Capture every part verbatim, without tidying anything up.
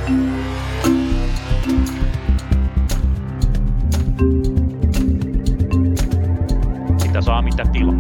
Mitä saa, mitä tilaa.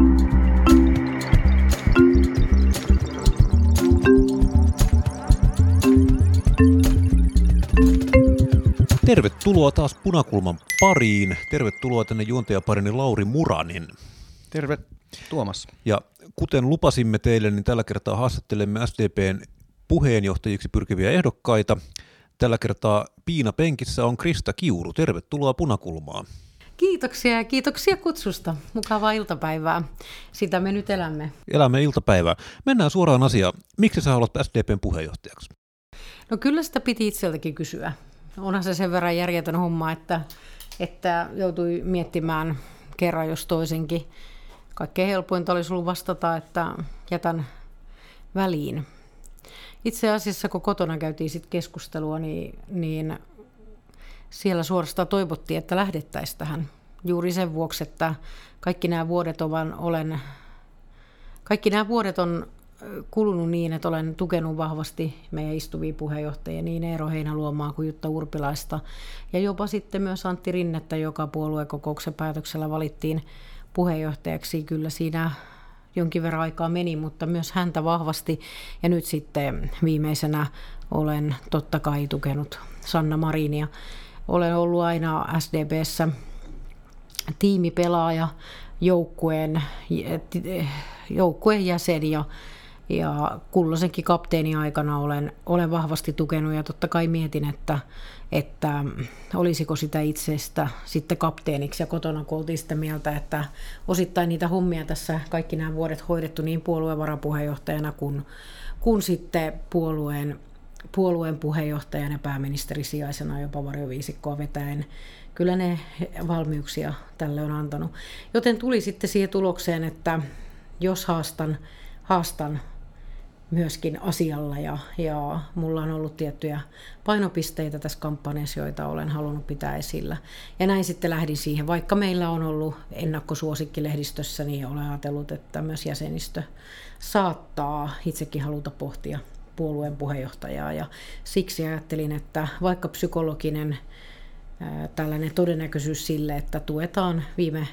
Tervetuloa taas Punakulman pariin. Tervetuloa tänne juontajaparini Lauri Muranin. Terve Tuomas. Ja kuten lupasimme teille, niin tällä kertaa haastattelemme S D P:n puheenjohtajiksi pyrkiviä ehdokkaita. Tällä kertaa Piina penkissä on Krista Kiuru. Tervetuloa Punakulmaan. Kiitoksia ja kiitoksia kutsusta. Mukavaa iltapäivää. Sitä me nyt elämme. Elämme iltapäivää. Mennään suoraan asiaan. Miksi sä haluat S D P:n puheenjohtajaksi? No kyllä sitä piti itseltäkin kysyä. Onhan se sen verran järjetön homma, että, että joutui miettimään kerran jos toisenkin. Kaikkein helpointa olisi ollut vastata, että jätän väliin. Itse asiassa, kun kotona käytiin sit keskustelua, niin, niin siellä suorastaan toivottiin, että lähdettäisiin tähän. Juuri sen vuoksi, että kaikki nämä vuodet on, olen, kaikki nämä vuodet on kulunut niin, että olen tukenut vahvasti meidän istuvia puheenjohtajia, niin Eero Heinäluomaa kuin Jutta Urpilaista. Ja jopa sitten myös Antti Rinnettä, joka puoluekokouksen päätöksellä valittiin puheenjohtajaksi. Kyllä siinä jonkin verran aikaa meni, mutta myös häntä vahvasti. Ja nyt sitten viimeisenä olen totta kai tukenut Sanna Marinia. Olen ollut aina S D P:ssä tiimipelaaja, joukkueen, joukkueen jäsen ja, ja kulloisenkin kapteenin aikana olen, olen vahvasti tukenut ja totta kai mietin, että, että olisiko sitä itsestä sitten kapteeniksi ja kotona kun oltiin sitä mieltä, että osittain niitä hommia tässä kaikki nämä vuodet hoidettu niin puolueen varapuheenjohtajana kuin, kuin sitten puolueen puolueen puheenjohtajana ja pääministerin sijaisena jopa varjoviisikkoa vetäen. Kyllä ne valmiuksia tälle on antanut. Joten tuli sitten siihen tulokseen, että jos haastan, haastan myöskin asialla ja, ja mulla on ollut tiettyjä painopisteitä tässä kampanjassa, joita olen halunnut pitää esillä. Ja näin sitten lähdin siihen, vaikka meillä on ollut ennakkosuosikki lehdistössä, niin olen ajatellut, että myös jäsenistö saattaa itsekin haluta pohtia puolueen puheenjohtajaa ja siksi ajattelin, että vaikka psykologinen ää, tällainen todennäköisyys sille, että tuetaan viime,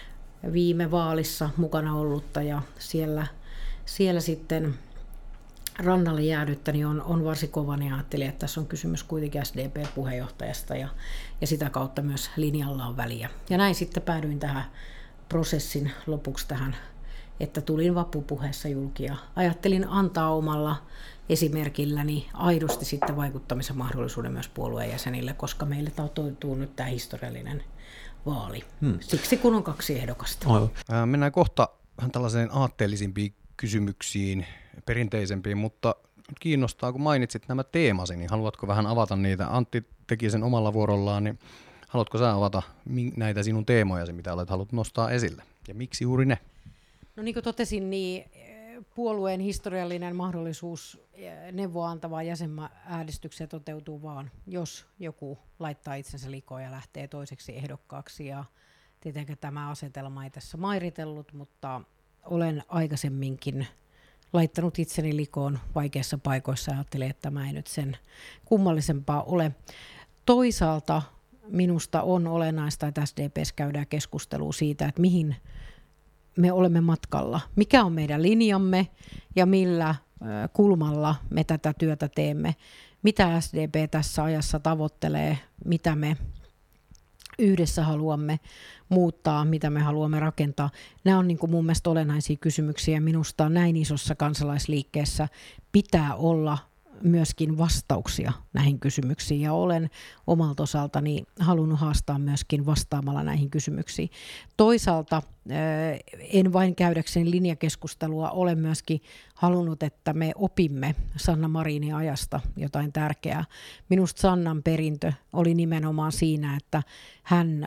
viime vaalissa mukana ollutta ja siellä, siellä sitten rannalle jäädyttä, niin on, on varsin kova, niin ajattelin, että tässä on kysymys kuitenkin S D P-puheenjohtajasta ja, ja sitä kautta myös linjalla on väliä. Ja näin sitten päädyin tähän prosessin lopuksi tähän, että tulin vappupuheessa julki ja ajattelin antaa omalla esimerkilläni aidosti sitten vaikuttamisen mahdollisuuden myös puolueen jäsenille, koska meille toteutuu nyt tämä historiallinen vaali. Hmm. Siksi kun on kaksi ehdokasta. Äh, mennään kohta vähän tällaiseen aatteellisimpiin kysymyksiin, perinteisempiin, mutta kiinnostaa, kun mainitsit nämä teemasi, niin haluatko vähän avata niitä? Antti teki sen omalla vuorollaan, niin haluatko sä avata näitä sinun teemojasi, mitä olet halunnut nostaa esille? Ja miksi juuri ne? No niin kuin totesin, niin puolueen historiallinen mahdollisuus neuvoa antavaan jäsenäänestykseen toteutuu vaan, jos joku laittaa itsensä likoon ja lähtee toiseksi ehdokkaaksi. Ja tietenkään tämä asetelma ei tässä mairitellut, mutta olen aikaisemminkin laittanut itseni likoon vaikeissa paikoissa ja ajattelin, että tämä ei nyt sen kummallisempaa ole. Toisaalta minusta on olennaista, että S D P:ssä käydään keskustelua siitä, että mihin me olemme matkalla, mikä on meidän linjamme ja millä kulmalla me tätä työtä teemme, mitä S D P tässä ajassa tavoittelee, mitä me yhdessä haluamme muuttaa, mitä me haluamme rakentaa. Nämä on niin kuin mun mielestä olennaisia kysymyksiä. Minusta näin isossa kansalaisliikkeessä pitää olla myöskin vastauksia näihin kysymyksiin ja olen omalta osaltani halunnut haastaa myöskin vastaamalla näihin kysymyksiin. Toisaalta en vain käydäkseni linjakeskustelua, olen myöskin halunnut, että me opimme Sanna Marinin ajasta jotain tärkeää. Minusta Sannan perintö oli nimenomaan siinä, että hän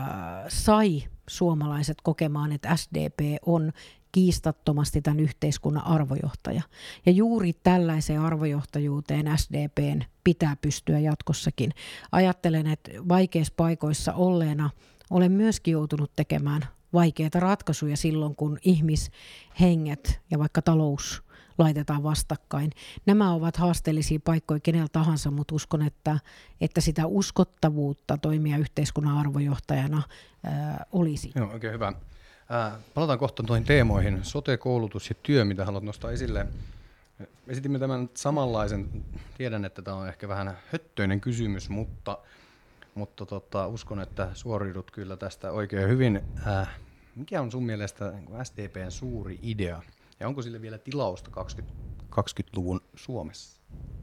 sai suomalaiset kokemaan, että S D P on kiistattomasti tämän yhteiskunnan arvojohtaja. Ja juuri tällaiseen arvojohtajuuteen S D P:n pitää pystyä jatkossakin. Ajattelen, että vaikeissa paikoissa olleena olen myöskin joutunut tekemään vaikeita ratkaisuja silloin, kun ihmishenget ja vaikka talous laitetaan vastakkain. Nämä ovat haasteellisia paikkoja kenellä tahansa, mutta uskon, että, että sitä uskottavuutta toimia yhteiskunnan arvojohtajana ää, olisi. Joo, oikein hyvä. Ää, palataan kohta noihin teemoihin. Sote, koulutus ja työ, mitä haluat nostaa esille. Esitimme tämän samanlaisen, tiedän, että tämä on ehkä vähän höttöinen kysymys, mutta, mutta tota, uskon, että suoriudut kyllä tästä oikein hyvin. Ää, mikä on sun mielestä niin S D P:n suuri idea ja onko sille vielä tilausta kaksikymmentäluvun Suomessa?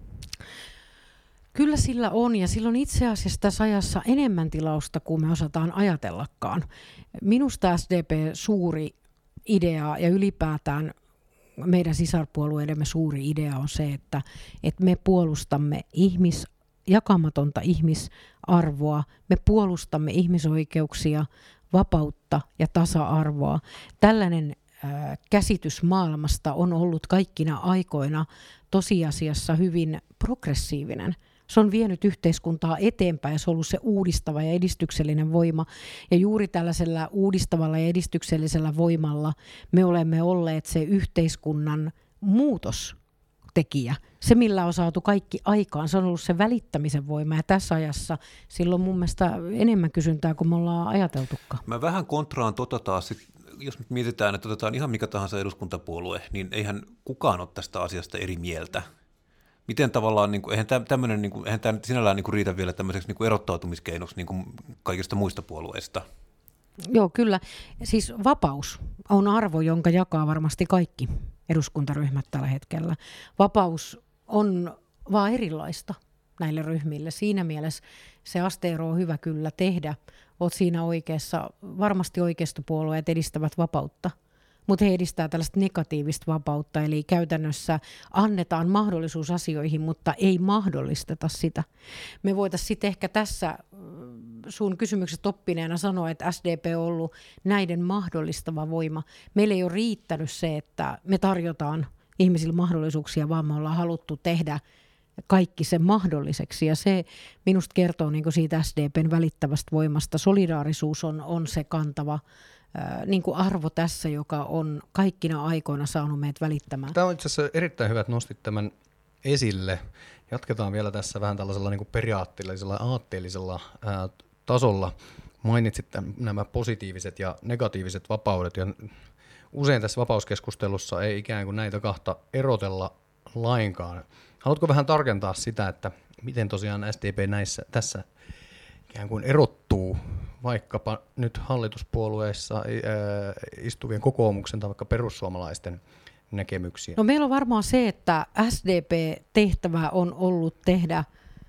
Kyllä sillä on, ja sillä on itse asiassa tässä ajassa enemmän tilausta kuin me osataan ajatellakaan. Minusta S D P suuri idea ja ylipäätään meidän sisarpuolueidemme suuri idea on se, että, että me puolustamme ihmis, jakamatonta ihmisarvoa, me puolustamme ihmisoikeuksia, vapautta ja tasa-arvoa. Tällainen äh, käsitys maailmasta on ollut kaikkina aikoina tosiasiassa hyvin progressiivinen. Se on vienyt yhteiskuntaa eteenpäin ja se on ollut se uudistava ja edistyksellinen voima. Ja juuri tällaisella uudistavalla ja edistyksellisellä voimalla me olemme olleet se yhteiskunnan muutostekijä. Se, millä on saatu kaikki aikaan, se on ollut se välittämisen voima. Ja tässä ajassa silloin mun mielestä enemmän kysyntää kuin me ollaan ajateltukaan. Mä vähän kontraan tota taas, sit, jos nyt mietitään, että otetaan ihan mikä tahansa eduskuntapuolue, niin eihän kukaan ole tästä asiasta eri mieltä. Miten tavallaan, niin kuin, eihän tämmöinen, niin kuin, eihän tämä sinällään niin kuin riitä vielä tämmöiseksi niin kuin erottautumiskeinoksi niin kuin kaikista muista puolueista? Joo, kyllä. Siis vapaus on arvo, jonka jakaa varmasti kaikki eduskuntaryhmät tällä hetkellä. Vapaus on vaan erilaista näille ryhmille. Siinä mielessä se asteero on hyvä kyllä tehdä. Olet siinä oikeassa. Varmasti oikeistopuolueet edistävät vapautta. Mutta he edistää tällaista negatiivista vapautta, eli käytännössä annetaan mahdollisuus asioihin, mutta ei mahdollisteta sitä. Me voitaisiin sitten ehkä tässä sun kysymyksestä oppineena sanoa, että S D P on ollut näiden mahdollistava voima. Meillä ei ole riittänyt se, että me tarjotaan ihmisille mahdollisuuksia, vaan me ollaan haluttu tehdä kaikki sen mahdolliseksi, ja se minusta kertoo niin kuin siitä S D P:n välittävästä voimasta. Solidaarisuus on, on se kantava niin kuin arvo tässä, joka on kaikkina aikoina saanut meidät välittämään. Tämä on itse asiassa erittäin hyvä, että nostit tämän esille. Jatketaan vielä tässä vähän tällaisella niin kuin periaatteellisella, aatteellisella ää, tasolla. Mainitsit nämä positiiviset ja negatiiviset vapaudet, ja usein tässä vapauskeskustelussa ei ikään kuin näitä kahta erotella lainkaan. Haluatko vähän tarkentaa sitä, että miten tosiaan S D P näissä, tässä ikään kuin erottuu vaikkapa nyt hallituspuolueissa ää, istuvien kokoomuksen tai vaikka perussuomalaisten näkemyksiä? No meillä on varmaan se, että S D P-tehtävä on ollut tehdä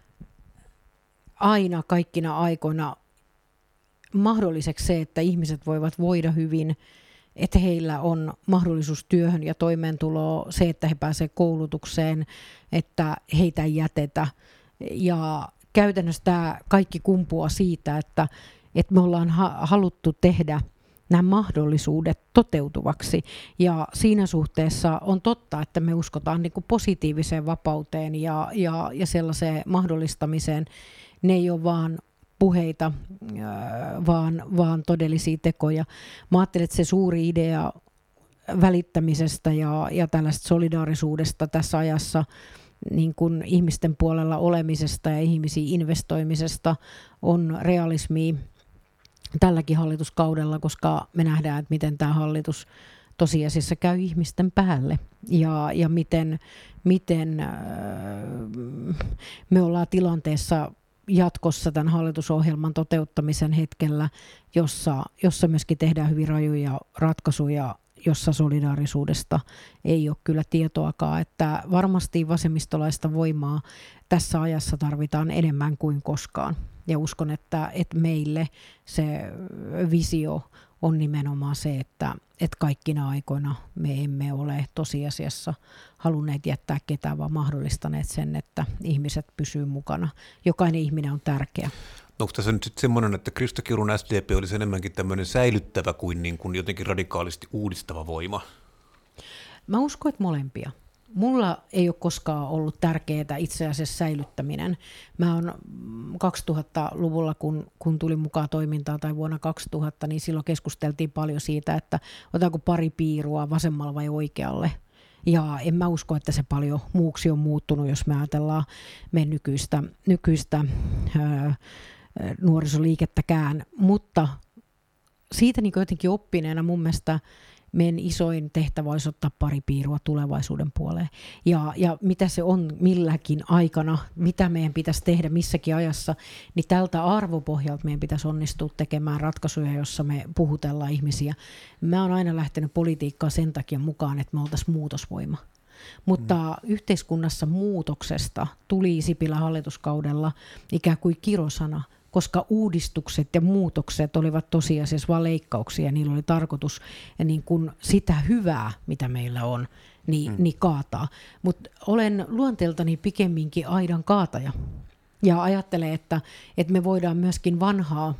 aina kaikkina aikoina mahdolliseksi se, että ihmiset voivat voida hyvin, että heillä on mahdollisuus työhön ja toimeentuloon, se, että he pääsevät koulutukseen, että heitä ei jätetä. Ja käytännössä tämä kaikki kumpuaa siitä, että, että me ollaan ha- haluttu tehdä nämä mahdollisuudet toteutuvaksi. Ja siinä suhteessa on totta, että me uskotaan niin kuin positiiviseen vapauteen ja, ja, ja sellaiseen mahdollistamiseen. Ne ei ole vaan puheita, vaan, vaan todellisia tekoja. Mä ajattelen, että se suuri idea välittämisestä ja, ja tällaista solidaarisuudesta tässä ajassa, niin kuin ihmisten puolella olemisesta ja ihmisiin investoimisesta on realismia tälläkin hallituskaudella, koska me nähdään, että miten tämä hallitus tosiasiassa käy ihmisten päälle ja, ja miten, miten äh, me ollaan tilanteessa jatkossa tämän hallitusohjelman toteuttamisen hetkellä, jossa, jossa myöskin tehdään hyvin rajuja ratkaisuja, jossa solidaarisuudesta ei ole kyllä tietoakaan, että varmasti vasemmistolaista voimaa tässä ajassa tarvitaan enemmän kuin koskaan. Ja uskon, että, että meille se visio on nimenomaan se, että, että kaikkina aikoina me emme ole tosiasiassa halunneet jättää ketään, vaan mahdollistaneet sen, että ihmiset pysyvät mukana. Jokainen ihminen on tärkeä. Onko tässä nyt sitten semmoinen, että Krista Kiurun S D P olisi enemmänkin tämmöinen säilyttävä kuin, niin kuin jotenkin radikaalisti uudistava voima? Mä uskon, että molempia. Mulla ei ole koskaan ollut tärkeää itse asiassa säilyttäminen. Mä oon kaksituhattaluvulla, kun, kun tulin mukaan toimintaan, tai vuonna kaksituhatta, niin silloin keskusteltiin paljon siitä, että otetaanko pari piirua vasemmalla vai oikealle. Ja en mä usko, että se paljon muuksi on muuttunut, jos me ajatellaan meidän nykyistä, nykyistä ää, nuorisoliikettäkään. Mutta siitä niin jotenkin oppineena mun mielestä meidän isoin tehtävä olisi ottaa pari piirua tulevaisuuden puoleen. Ja, ja mitä se on milläkin aikana, mitä meidän pitäisi tehdä missäkin ajassa, niin tältä arvopohjalta meidän pitäisi onnistua tekemään ratkaisuja, jossa me puhutellaan ihmisiä. Mä oon aina lähtenyt politiikkaan sen takia mukaan, että me oltaisiin muutosvoima. Mutta mm. yhteiskunnassa muutoksesta tuli Sipilän hallituskaudella ikään kuin kirosana, koska uudistukset ja muutokset olivat tosiasiassa vain leikkauksia ja niillä oli tarkoitus ja niin kuin sitä hyvää, mitä meillä on, niin, mm. niin kaataa. Mutta olen luonteeltani pikemminkin aidan kaataja ja ajattelen, että, että me voidaan myöskin vanhaa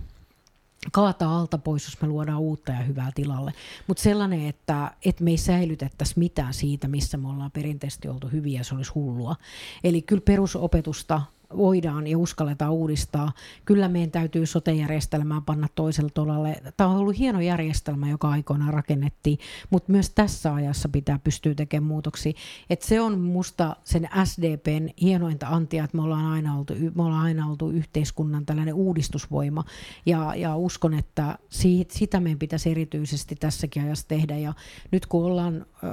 kaataa alta pois, jos me luodaan uutta ja hyvää tilalle. Mutta sellainen, että, että me ei säilytettäisi mitään siitä, missä me ollaan perinteisesti oltu hyviä, se olisi hullua. Eli kyllä perusopetusta voidaan ja uskalletaan uudistaa. Kyllä meidän täytyy sote-järjestelmää panna toiselle tolalle. Tämä on ollut hieno järjestelmä, joka aikoinaan rakennettiin, mutta myös tässä ajassa pitää pystyä tekemään muutoksia. Et se on musta sen S D P:n hienointa antia, että me ollaan aina oltu, me ollaan aina oltu yhteiskunnan tällainen uudistusvoima. Ja, ja uskon, että siitä, sitä meidän pitäisi erityisesti tässäkin ajassa tehdä. Ja nyt kun ollaan äh,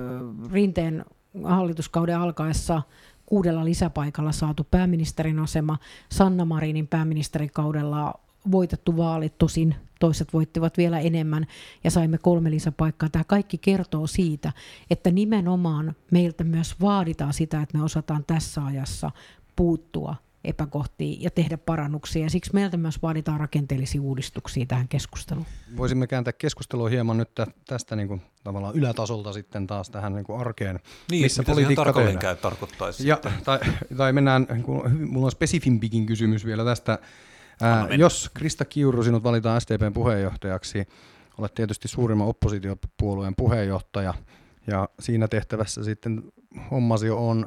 Rinteen hallituskauden alkaessa kuudella lisäpaikalla saatu pääministerin asema, Sanna Marinin pääministerikaudella voitettu vaalit, tosin toiset voittivat vielä enemmän ja saimme kolme lisäpaikkaa. Tämä kaikki kertoo siitä, että nimenomaan meiltä myös vaaditaan sitä, että me osataan tässä ajassa puuttua epäkohtiin ja tehdä parannuksia. Ja siksi meiltä myös vaaditaan rakenteellisia uudistuksia tähän keskusteluun. Voisimme kääntää keskustelua hieman nyt tästä niin kuin, tavallaan ylätasolta sitten taas tähän niin kuin arkeen. Niin, missä politiikka tehdään. Käy, tarkoittaisi. Ja, tai, tai mennään, kun, mulla on spesifimpikin kysymys vielä tästä. Ää, jos Krista Kiuru sinut valitaan S D P:n puheenjohtajaksi, olet tietysti suurimman oppositiopuolueen puheenjohtaja ja siinä tehtävässä sitten hommasi on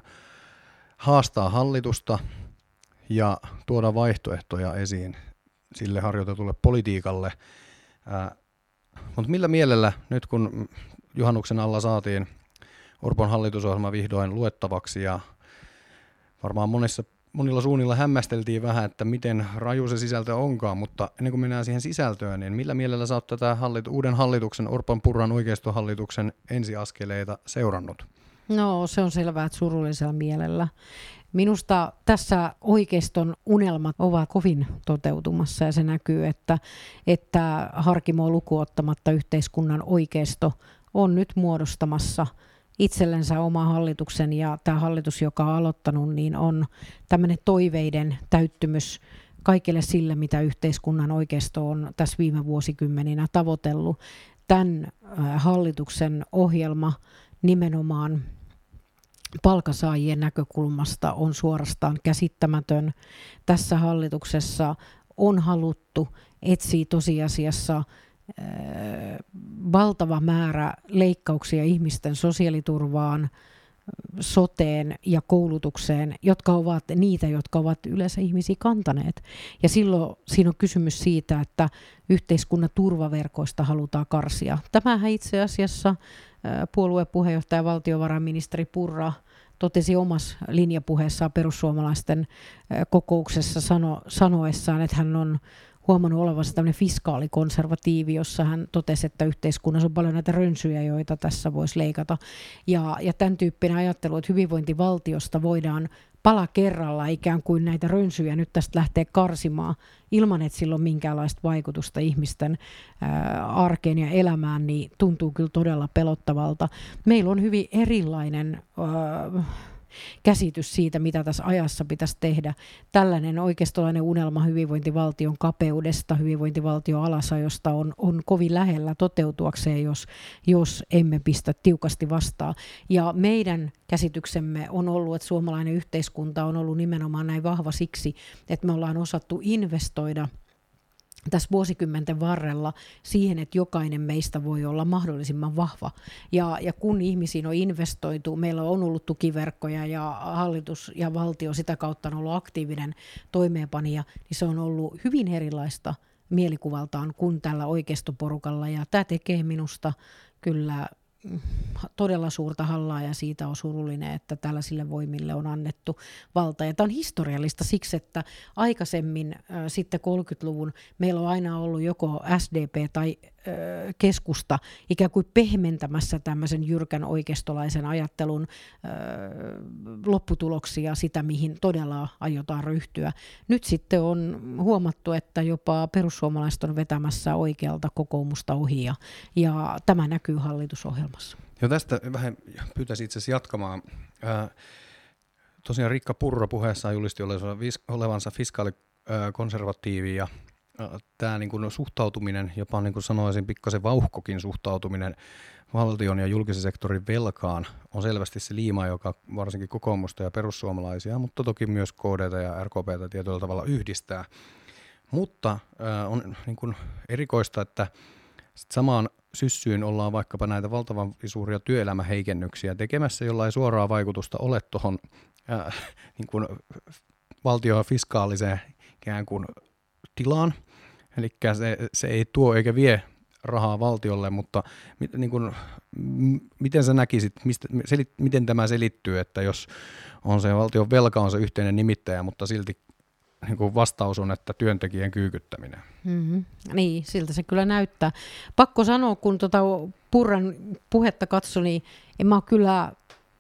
haastaa hallitusta ja tuoda vaihtoehtoja esiin sille harjoitetulle politiikalle. Ää, mutta millä mielellä nyt kun juhannuksen alla saatiin Orpon hallitusohjelma vihdoin luettavaksi ja varmaan monissa, monilla suunnilla hämmästeltiin vähän, että miten raju se sisältö onkaan, mutta ennen kuin mennään siihen sisältöön, niin millä mielellä sä oot tätä hallit- uuden hallituksen, Orpon Purran oikeistohallituksen ensiaskeleita seurannut? No se on selvää, että surullisella mielellä. Minusta tässä oikeiston unelmat ovat kovin toteutumassa ja se näkyy, että, että Harkimoa lukuun ottamatta yhteiskunnan oikeisto on nyt muodostamassa itsellensä oma hallituksen ja tämä hallitus, joka on aloittanut, niin on tämmöinen toiveiden täyttymys kaikille sille, mitä yhteiskunnan oikeisto on tässä viime vuosikymmeninä tavoitellut. Tämän hallituksen ohjelma nimenomaan palkansaajien näkökulmasta on suorastaan käsittämätön. Tässä hallituksessa on haluttu etsiä tosiasiassa äh, valtava määrä leikkauksia ihmisten sosiaaliturvaan, soteen ja koulutukseen, jotka ovat niitä, jotka ovat yleensä ihmisiä kantaneet. Ja silloin siinä on kysymys siitä, että yhteiskunnan turvaverkoista halutaan karsia. Tämähän itse asiassa puoluepuheenjohtaja valtiovarainministeri Purra totesi omassa linjapuheessaan perussuomalaisten kokouksessa sano, sanoessaan, että hän on huomannut olevansa tämmöinen fiskaalikonservatiivi, jossa hän totesi, että yhteiskunnassa on paljon näitä rönsyjä, joita tässä voisi leikata. Ja, ja tämän tyyppinen ajattelu, että hyvinvointivaltiosta voidaan pala kerralla ikään kuin näitä rönsyjä nyt tästä lähtee karsimaan ilman, että sillä on minkäänlaista vaikutusta ihmisten ää, arkeen ja elämään, niin tuntuu kyllä todella pelottavalta. Meillä on hyvin erilainen ää, käsitys siitä, mitä tässä ajassa pitäisi tehdä. Tällainen oikeistolainen unelma hyvinvointivaltion kapeudesta, hyvinvointivaltion alasajosta on, on kovin lähellä toteutuakseen, jos, jos emme pistä tiukasti vastaan. Ja meidän käsityksemme on ollut, että suomalainen yhteiskunta on ollut nimenomaan näin vahva siksi, että me ollaan osattu investoida tässä vuosikymmenten varrella siihen, että jokainen meistä voi olla mahdollisimman vahva. Ja, ja kun ihmisiin on investoitu, meillä on ollut tukiverkkoja ja hallitus ja valtio sitä kautta on ollut aktiivinen toimeenpanija, niin se on ollut hyvin erilaista mielikuvaltaan kuin tällä oikeistoporukalla. Ja tämä tekee minusta kyllä todella suurta hallaa ja siitä on surullinen, että tällaisille voimille on annettu valta. Ja tämä on historiallista siksi, että aikaisemmin äh, sitten kolmekymmentäluvun meillä on aina ollut joko S D P tai äh, keskusta ikään kuin pehmentämässä tämmöisen jyrkän oikeistolaisen ajattelun äh, lopputuloksia, sitä mihin todella aiotaan ryhtyä. Nyt sitten on huomattu, että jopa perussuomalaiset on vetämässä oikealta kokoomusta ohi ja, ja tämä näkyy hallitusohjelmassa. Jo tästä vähän pyytäisin itse asiassa jatkamaan. Ää, tosiaan Riikka Purra puheessaan julisti olevansa fiskaalikonservatiivi ja tämä niin kuin suhtautuminen, jopa niin kuin sanoisin pikkasen vauhkokin suhtautuminen valtion ja julkisen sektorin velkaan on selvästi se liima, joka varsinkin kokoomusta ja perussuomalaisia, mutta toki myös K D:tä ja R K P:tä tietyllä tavalla yhdistää. Mutta ää, on niin kuin erikoista, että sit samaan syssyyn ollaan vaikkapa näitä valtavan suuria työelämäheikennyksiä tekemässä, jolla ei suoraa vaikutusta ole tuohon äh, niin kuin valtion fiskaaliseen ikään kuin tilaan. Eli se, se ei tuo eikä vie rahaa valtiolle, mutta mit, niin kuin, m- miten sä näkisit, mistä, selit, miten tämä selittyy, että jos on se valtion velka on se yhteinen nimittäjä, mutta silti niin kuin vastaus on, että työntekijän kyykyttäminen. Mm-hmm. Niin, siltä se kyllä näyttää. Pakko sanoa, kun tuota Purran puhetta katsoi, niin en mä ole kyllä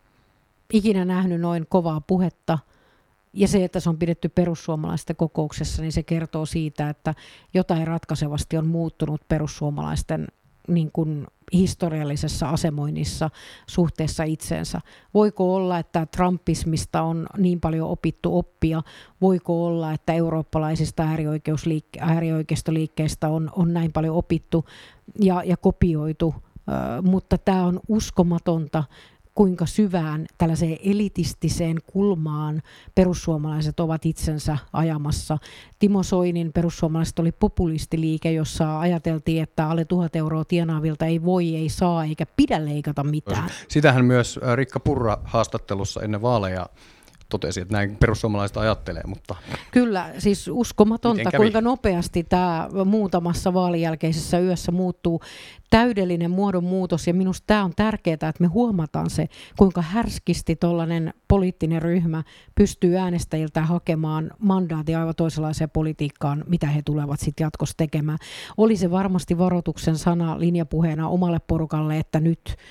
ikinä nähnyt noin kovaa puhetta. Ja se, että se on pidetty perussuomalaisten kokouksessa, niin se kertoo siitä, että jotain ratkaisevasti on muuttunut perussuomalaisten niin kuin historiallisessa asemoinnissa suhteessa itseensä. Voiko olla, että trumpismista on niin paljon opittu oppia? Voiko olla, että eurooppalaisista äärioikeusliikke- äärioikeistoliikkeistä on, on näin paljon opittu ja, ja kopioitu? Ö, mutta tämä on uskomatonta, kuinka syvään tällaiseen elitistiseen kulmaan perussuomalaiset ovat itsensä ajamassa. Timo Soinin perussuomalaiset oli populistiliike, jossa ajateltiin, että alle tuhat euroa tienaavilta ei voi, ei saa eikä pidä leikata mitään. Sitähän myös Riikka Purra haastattelussa ennen vaaleja totesi, että näin perussuomalaiset ajattelee, mutta... Kyllä, siis uskomatonta, kuinka nopeasti tämä muutamassa vaalijälkeisessä yössä muuttuu. Täydellinen muodonmuutos, ja minusta tämä on tärkeää, että me huomataan se, kuinka härskisti tuollainen poliittinen ryhmä pystyy äänestäjiltä hakemaan mandaatin aivan toisenlaiseen politiikkaan, mitä he tulevat sitten jatkossa tekemään. Oli se varmasti varoituksen sana linjapuheena omalle porukalle, että nyt ö,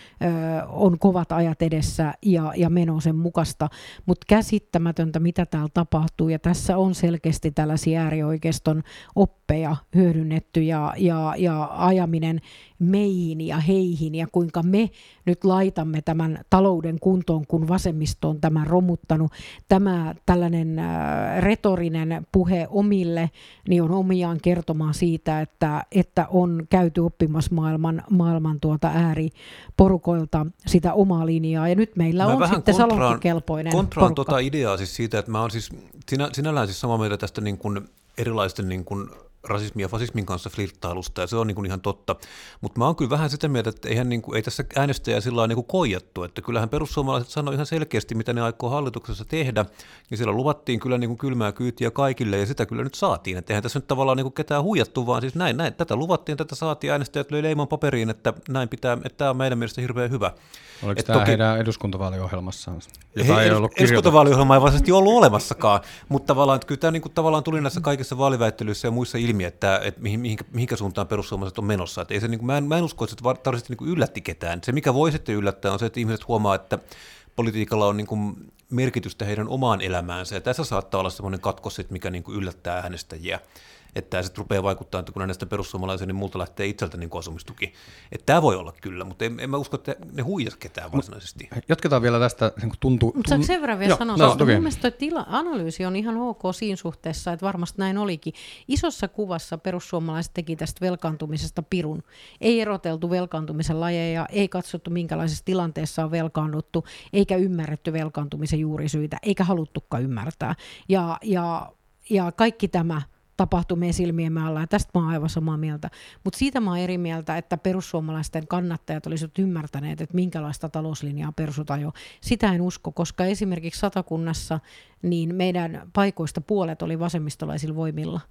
on kovat ajat edessä ja, ja meno sen mukaista, mutta käsittämätöntä, mitä täällä tapahtuu, ja tässä on selkeästi tällaisia äärioikeiston oppeja hyödynnetty ja, ja, ja ajaminen meihin ja heihin ja kuinka me nyt laitamme tämän talouden kuntoon, kun vasemmisto on tämän romuttanut. Tämä tällainen äh, retorinen puhe omille niin on omiaan kertomaan siitä, että, että on käyty oppimassa maailman, maailman tuota ääriporukoilta sitä omaa linjaa ja nyt meillä mä on sitten salonkikelpoinen kontraan tuota ideaa siis siitä, että mä oon siis sinä, sinällään siis samaa mieltä tästä niin kuin erilaisten niin kuin rasismin ja fasismin kanssa flirttailusta, ja se on niin kuin ihan totta. Mutta mä oon kyllä vähän sitä mieltä, että eihän niin kuin, ei tässä äänestäjä sillä lailla niin koijattu, että kyllähän perussuomalaiset sanoi ihan selkeästi, mitä ne aikoo hallituksessa tehdä, ja siellä luvattiin kyllä niin kuin kylmää kyytiä kaikille, ja sitä kyllä nyt saatiin. Että eihän tässä nyt tavallaan niin kuin ketään huijattu, vaan siis näin, näin, tätä luvattiin, tätä saatiin, äänestäjät löi leiman paperiin, että näin pitää, että tämä on meidän mielestä hirveän hyvä. Oliko Et tämä toki heidän eduskuntavaaliohjelmassaan? He, ei ollut eduskuntavaaliohjelma ei varsinaisesti ollut olemassakaan, mutta tavallaan, että kyllä tämä niin kuin, tavallaan tuli näissä kaikissa vaaliväittelyissä ja muissa ilmi, että, että mihin, mihinkä, mihinkä suuntaan perussuomalaiset on menossa. Että ei se, niin kuin, mä, en, mä en usko, että se tarvitsisi niin kuin yllätti ketään. Se, mikä voi sitten yllättää, on se, että ihmiset huomaa, että politiikalla on niin kuin merkitystä heidän omaan elämäänsä, ja tässä saattaa olla semmoinen katkos, mikä niin kuin yllättää äänestäjiä. Että se rupeaa vaikuttaa, että kun näistä perussuomalaisia, niin multa lähtee itseltä niin kuin asumistuki. Että tämä voi olla kyllä, mutta en, en mä usko, että ne huijas ketään varsinaisesti. Jatketaan vielä tästä, niin kuin tuntuu... Mutta saanko sen verran vielä sanoa? No, Mun mielestä tuo analyysi on ihan ok siinä suhteessa, että varmasti näin olikin. Isossa kuvassa perussuomalaiset teki tästä velkaantumisesta pirun. Ei eroteltu velkaantumisen lajeja, ei katsottu minkälaisessa tilanteessa on velkaannuttu, eikä ymmärretty velkaantumisen juurisyitä, eikä haluttukaan ymmärtää. Ja, ja, ja kaikki tämä tapahtui meidän silmiemme alla, ja tästä mä oon aivan samaa mieltä. Mutta siitä mä oon eri mieltä, että perussuomalaisten kannattajat olisivat ymmärtäneet, että minkälaista talouslinjaa persut ajoi. Sitä en usko, koska esimerkiksi Satakunnassa niin meidän paikoista puolet oli vasemmistolaisilla voimilla.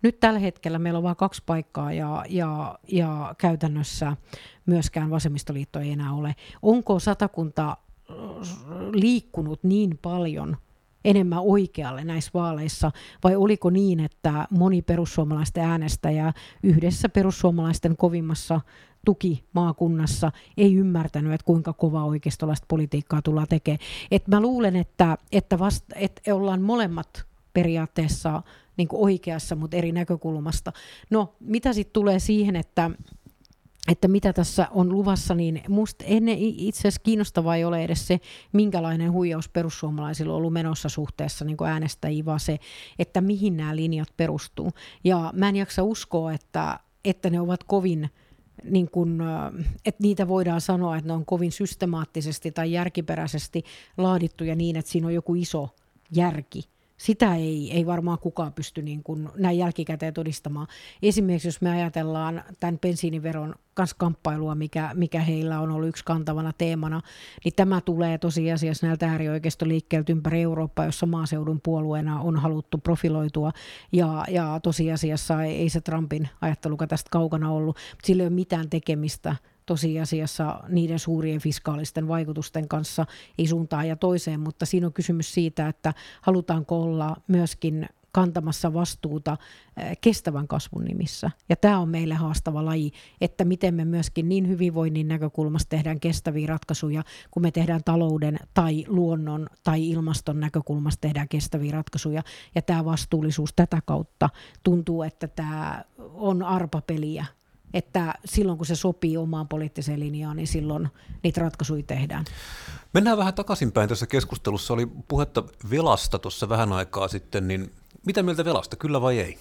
Nyt tällä hetkellä meillä on vain kaksi paikkaa ja, ja, ja käytännössä myöskään vasemmistoliitto ei enää ole. Onko Satakunta liikkunut niin paljon enemmän oikealle näissä vaaleissa, vai oliko niin, että moni perussuomalaisten äänestäjä yhdessä perussuomalaisten kovimmassa tukimaakunnassa ei ymmärtänyt, että kuinka kovaa oikeistolaista politiikkaa tullaan tekemään. Et mä luulen, että, että, vasta, että ollaan molemmat periaatteessa niin kuin oikeassa, mutta eri näkökulmasta. No, mitä sitten tulee siihen, että että mitä tässä on luvassa, niin musta ennen itse asiassa kiinnostavaa ei ole edes se, minkälainen huijaus perussuomalaisilla on ollut menossa suhteessa niin kuin äänestäjiä, vaan se, että mihin nämä linjat perustuu. Ja mä en jaksa uskoa, että, että ne ovat kovin, niin kuin, että niitä voidaan sanoa, että ne on kovin systemaattisesti tai järkiperäisesti laadittuja niin, että siinä on joku iso järki. Sitä ei, ei varmaan kukaan pysty niin kuin näin jälkikäteen todistamaan. Esimerkiksi jos me ajatellaan tämän bensiiniveron kanssa kamppailua, mikä, mikä heillä on ollut yksi kantavana teemana, niin tämä tulee tosiasiassa näiltä äärioikeistoliikkeiltä ympäri Eurooppaa, jossa maaseudun puolueena on haluttu profiloitua. Ja, ja tosiasiassa ei se Trumpin ajattelukaan tästä kaukana ollut, mutta sillä ei ole mitään tekemistä tosiasiassa niiden suurien fiskaalisten vaikutusten kanssa, ei suuntaan ja toiseen, mutta siinä on kysymys siitä, että halutaanko olla myöskin kantamassa vastuuta kestävän kasvun nimissä. Ja tämä on meille haastava laji, että miten me myöskin niin hyvinvoinnin näkökulmasta tehdään kestäviä ratkaisuja, kun me tehdään talouden tai luonnon tai ilmaston näkökulmasta tehdään kestäviä ratkaisuja. Ja tämä vastuullisuus tätä kautta tuntuu, että tämä on arpapeliä. Että silloin kun se sopii omaan poliittiseen linjaan, niin silloin niitä ratkaisuja tehdään. Mennään vähän takaisinpäin tässä keskustelussa. Oli puhetta velasta tuossa vähän aikaa sitten, niin mitä mieltä velasta, kyllä vai ei?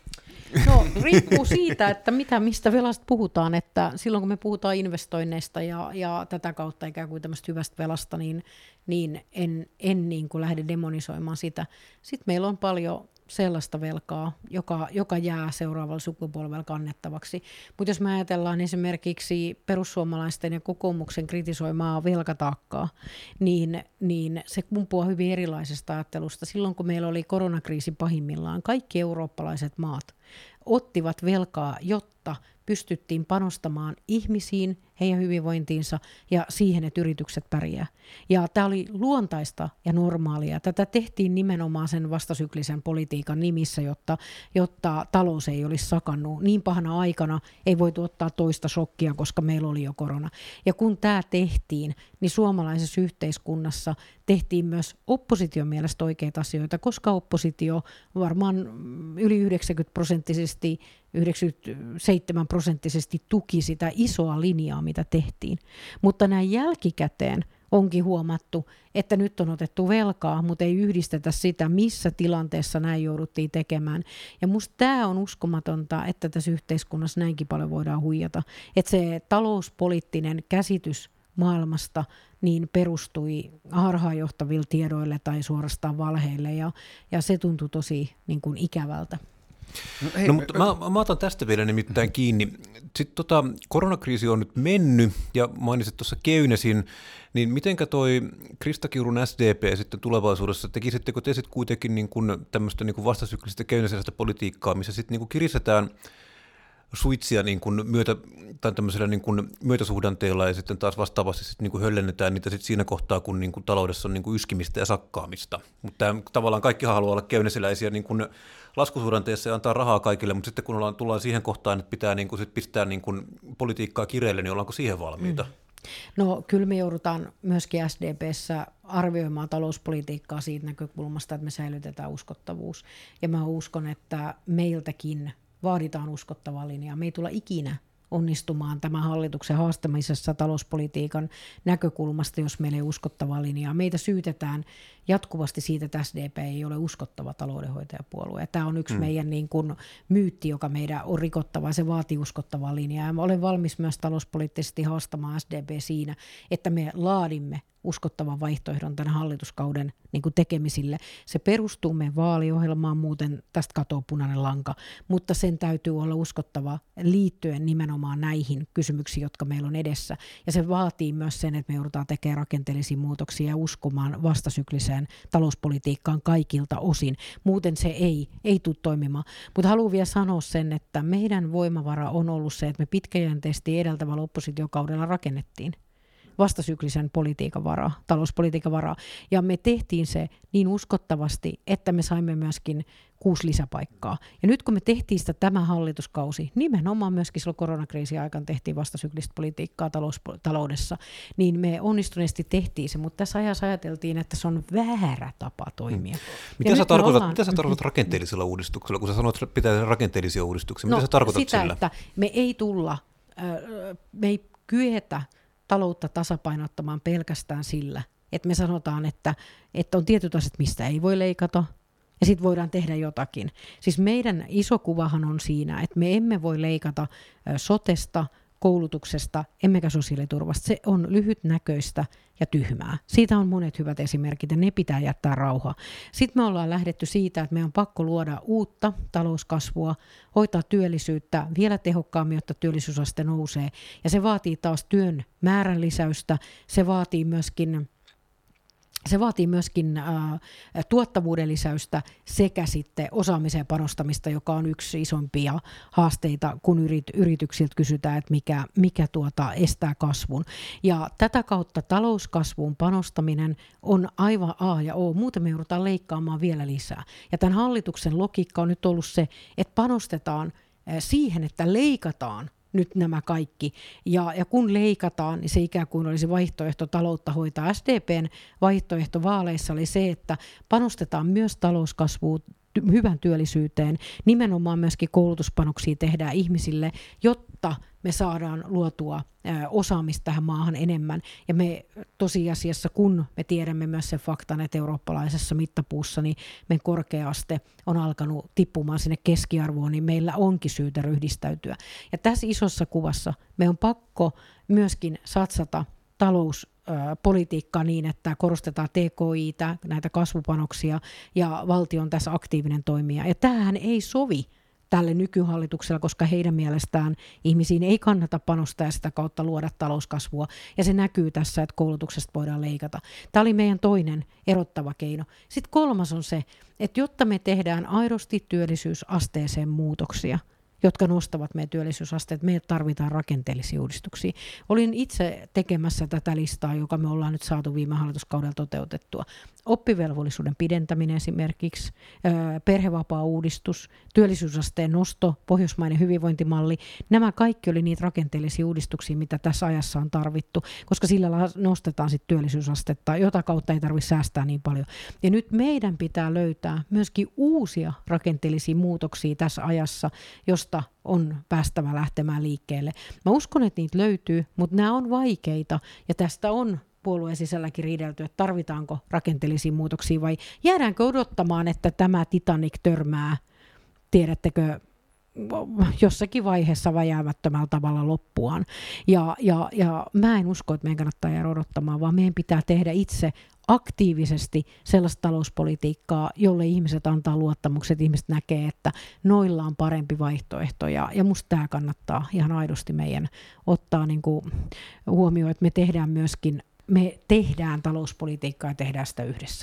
No riippuu siitä, että mitä, mistä velasta puhutaan, että silloin kun me puhutaan investoinneista ja, ja tätä kautta ikään kuin tämmöistä hyvästä velasta, niin, niin en, en niin kuin lähde demonisoimaan sitä. Sitten meillä on paljon sellaista velkaa, joka, joka jää seuraavalle sukupolvelle kannettavaksi. Mutta jos me ajatellaan esimerkiksi perussuomalaisten ja kokoomuksen kritisoimaa velkataakkaa, niin, niin se kumpuaa hyvin erilaisesta ajattelusta. Silloin kun meillä oli koronakriisi pahimmillaan, kaikki eurooppalaiset maat ottivat velkaa, jotta pystyttiin panostamaan ihmisiin, heidän hyvinvointiinsa ja siihen, että yritykset pärjää. Ja tämä oli luontaista ja normaalia. Tätä tehtiin nimenomaan sen vastasyklisen politiikan nimissä, jotta, jotta talous ei olisi sakannut. Niin pahana aikana ei voitu ottaa toista shokkia, koska meillä oli jo korona. Ja kun tämä tehtiin, niin suomalaisessa yhteiskunnassa tehtiin myös opposition mielestä oikeita asioita, koska oppositio varmaan yli yhdeksänkymmentä prosenttisesti yhdeksänkymmentäseitsemän prosenttisesti tuki sitä isoa linjaa, mitä tehtiin. Mutta näin jälkikäteen onkin huomattu, että nyt on otettu velkaa, mutta ei yhdistetä sitä, missä tilanteessa näin jouduttiin tekemään. Ja musta tämä on uskomatonta, että tässä yhteiskunnassa näinkin paljon voidaan huijata. Että se talouspoliittinen käsitys maailmasta niin perustui harhaanjohtaville tiedoille tai suorastaan valheille, ja, ja se tuntui tosi niin kuin ikävältä. No, hei, no, mutta mä, mä otan tästä vielä nimittäin kiinni. Sitten tota, koronakriisi on nyt mennyt, ja mainitsit tuossa Keynesin, niin mitenkä toi Krista Kiurun S D P sitten tulevaisuudessa, tekisittekö te sitten kuitenkin niin kuin tämmöistä niin kuin vastasyklistä keynesiläistä politiikkaa, missä sitten niin kuin kiristetään suitsia niin kuin myötä, tai tämmöisellä niin kuin myötäsuhdanteella, ja sitten taas vastaavasti sitten niin kuin höllennetään niitä sitten siinä kohtaa, kun niin kuin taloudessa on niin kuin yskimistä ja sakkaamista. Mutta tavallaan kaikkihan haluaa olla keynesiläisiä niin kuin laskusuhdanteessa ja antaa rahaa kaikille, mutta sitten kun ollaan, tullaan siihen kohtaan, että pitää niin kuin sit pistää niin kuin politiikkaa kireille, niin ollaanko siihen valmiita? Mm. No kyllä me joudutaan myöskin S D P:ssä arvioimaan talouspolitiikkaa siitä näkökulmasta, että me säilytetään uskottavuus. Ja mä uskon, että meiltäkin vaaditaan uskottavaa linjaa. Me ei tulla ikinä onnistumaan tämän hallituksen haastamisessa talouspolitiikan näkökulmasta, jos meillä ei uskottavaa linjaa. Meitä syytetään jatkuvasti siitä, että S D P ei ole uskottava taloudenhoitajapuolue. Tämä on yksi mm. meidän niin kuin myytti, joka meidän on rikottava, ja se vaatii uskottavaa linjaa. Ja mä olen valmis myös talouspoliittisesti haastamaan S D P siinä, että me laadimme uskottavan vaihtoehdon tämän hallituskauden niin kuin tekemisille. Se perustuu meidän vaaliohjelmaan, muuten tästä katoo punainen lanka, mutta sen täytyy olla uskottava liittyen nimenomaan näihin kysymyksiin, jotka meillä on edessä. Ja se vaatii myös sen, että me joudutaan tekemään rakenteellisia muutoksia ja uskomaan vastasykliseen talouspolitiikkaan kaikilta osin. Muuten se ei, ei tule toimimaan. Mutta haluan vielä sanoa sen, että meidän voimavara on ollut se, että me pitkäjänteisesti edeltävällä oppositiokaudella rakennettiin vastasyklisen politiikan varaa, talouspolitiikan varaa. Ja me tehtiin se niin uskottavasti, että me saimme myöskin kuusi lisäpaikkaa. Ja nyt kun me tehtiin sitä tämä hallituskausi, nimenomaan myöskin silloin koronakriisin aikana tehtiin vastasyklistä politiikkaa talous, taloudessa, niin me onnistuneesti tehtiin se, mutta tässä ajassa ajateltiin, että se on väärä tapa toimia. Hmm. Mitä, sä tarkoitat, ollaan... mitä sä tarkoitat rakenteellisella uudistuksella, kun sä sanoit, että pitää rakenteellisia uudistuksia? Mitä no, sä tarkoitat sitä, sillä? Että me ei tulla, me ei kyetä taloutta tasapainottamaan pelkästään sillä, että me sanotaan, että, että on tietyt asiat, mistä ei voi leikata, ja sitten voidaan tehdä jotakin. Siis meidän iso kuvahan on siinä, että me emme voi leikata sotesta, koulutuksesta, emmekä sosiaaliturvasta. Se on lyhytnäköistä ja tyhmää. Siitä on monet hyvät esimerkit, ja ne pitää jättää rauha. Sitten me ollaan lähdetty siitä, että meidän on pakko luoda uutta talouskasvua, hoitaa työllisyyttä vielä tehokkaammin, jotta työllisyysaste nousee. Ja se vaatii taas työn määrän lisäystä, se vaatii myöskin... Se vaatii myöskin äh, tuottavuuden lisäystä sekä sitten osaamiseen panostamista, joka on yksi isompia haasteita, kun yrit, yrityksiltä kysytään, että mikä, mikä tuota estää kasvun. Ja tätä kautta talouskasvuun panostaminen on aivan A ja O, muuten me joudutaan leikkaamaan vielä lisää. Ja tämän hallituksen logiikka on nyt ollut se, että panostetaan äh, siihen, että leikataan nyt nämä kaikki. Ja, ja kun leikataan, niin se ikään kuin olisi vaihtoehto taloutta hoitaa. S D P:n vaihtoehto vaaleissa oli se, että panostetaan myös talouskasvuun, hyvän työllisyyteen, nimenomaan myöskin koulutuspanoksia tehdään ihmisille, jotta me saadaan luotua osaamista tähän maahan enemmän. Ja me tosiasiassa, kun me tiedämme myös sen faktan, että eurooppalaisessa mittapuussa niin meidän korkea-aste on alkanut tippumaan sinne keskiarvoon, niin meillä onkin syytä ryhdistäytyä. Ja tässä isossa kuvassa me on pakko myöskin satsata talouspolitiikkaa niin, että korostetaan T K I:tä, näitä kasvupanoksia, ja valtio on tässä aktiivinen toimija. Ja tämähän ei sovi tälle nykyhallituksella, koska heidän mielestään ihmisiin ei kannata panostaa ja sitä kautta luoda talouskasvua. Ja se näkyy tässä, että koulutuksesta voidaan leikata. Tämä oli meidän toinen erottava keino. Sitten kolmas on se, että jotta me tehdään aidosti työllisyysasteeseen muutoksia, jotka nostavat meidän työllisyysasteet, me tarvitaan rakenteellisia uudistuksia. Olin itse tekemässä tätä listaa, joka me ollaan nyt saatu viime hallituskaudella toteutettua. Oppivelvollisuuden pidentäminen esimerkiksi, perhevapaa-uudistus, työllisyysasteen nosto, pohjoismainen hyvinvointimalli. Nämä kaikki oli niitä rakenteellisia uudistuksia, mitä tässä ajassa on tarvittu, koska sillä nostetaan sitten työllisyysastetta, jota kautta ei tarvitse säästää niin paljon. Ja nyt meidän pitää löytää myöskin uusia rakenteellisia muutoksia tässä ajassa, josta on päästävä lähtemään liikkeelle. Mä uskon, että niitä löytyy, mutta nämä on vaikeita ja tästä on puolueen sisälläkin riidelty, että tarvitaanko rakenteellisia muutoksia vai jäädäänkö odottamaan, että tämä Titanic törmää, tiedättekö, jossakin vaiheessa vajäämättömällä tavalla loppuaan. Ja, ja, ja mä en usko, että meidän kannattaa jäädä odottamaan, vaan meidän pitää tehdä itse aktiivisesti sellaista talouspolitiikkaa, jolle ihmiset antaa luottamukset, ihmiset näkee, että noilla on parempi vaihtoehto. Ja, ja musta tämä kannattaa ihan aidosti meidän ottaa niin kuin huomioon, että me tehdään myöskin, me tehdään talouspolitiikkaa ja tehdään sitä yhdessä.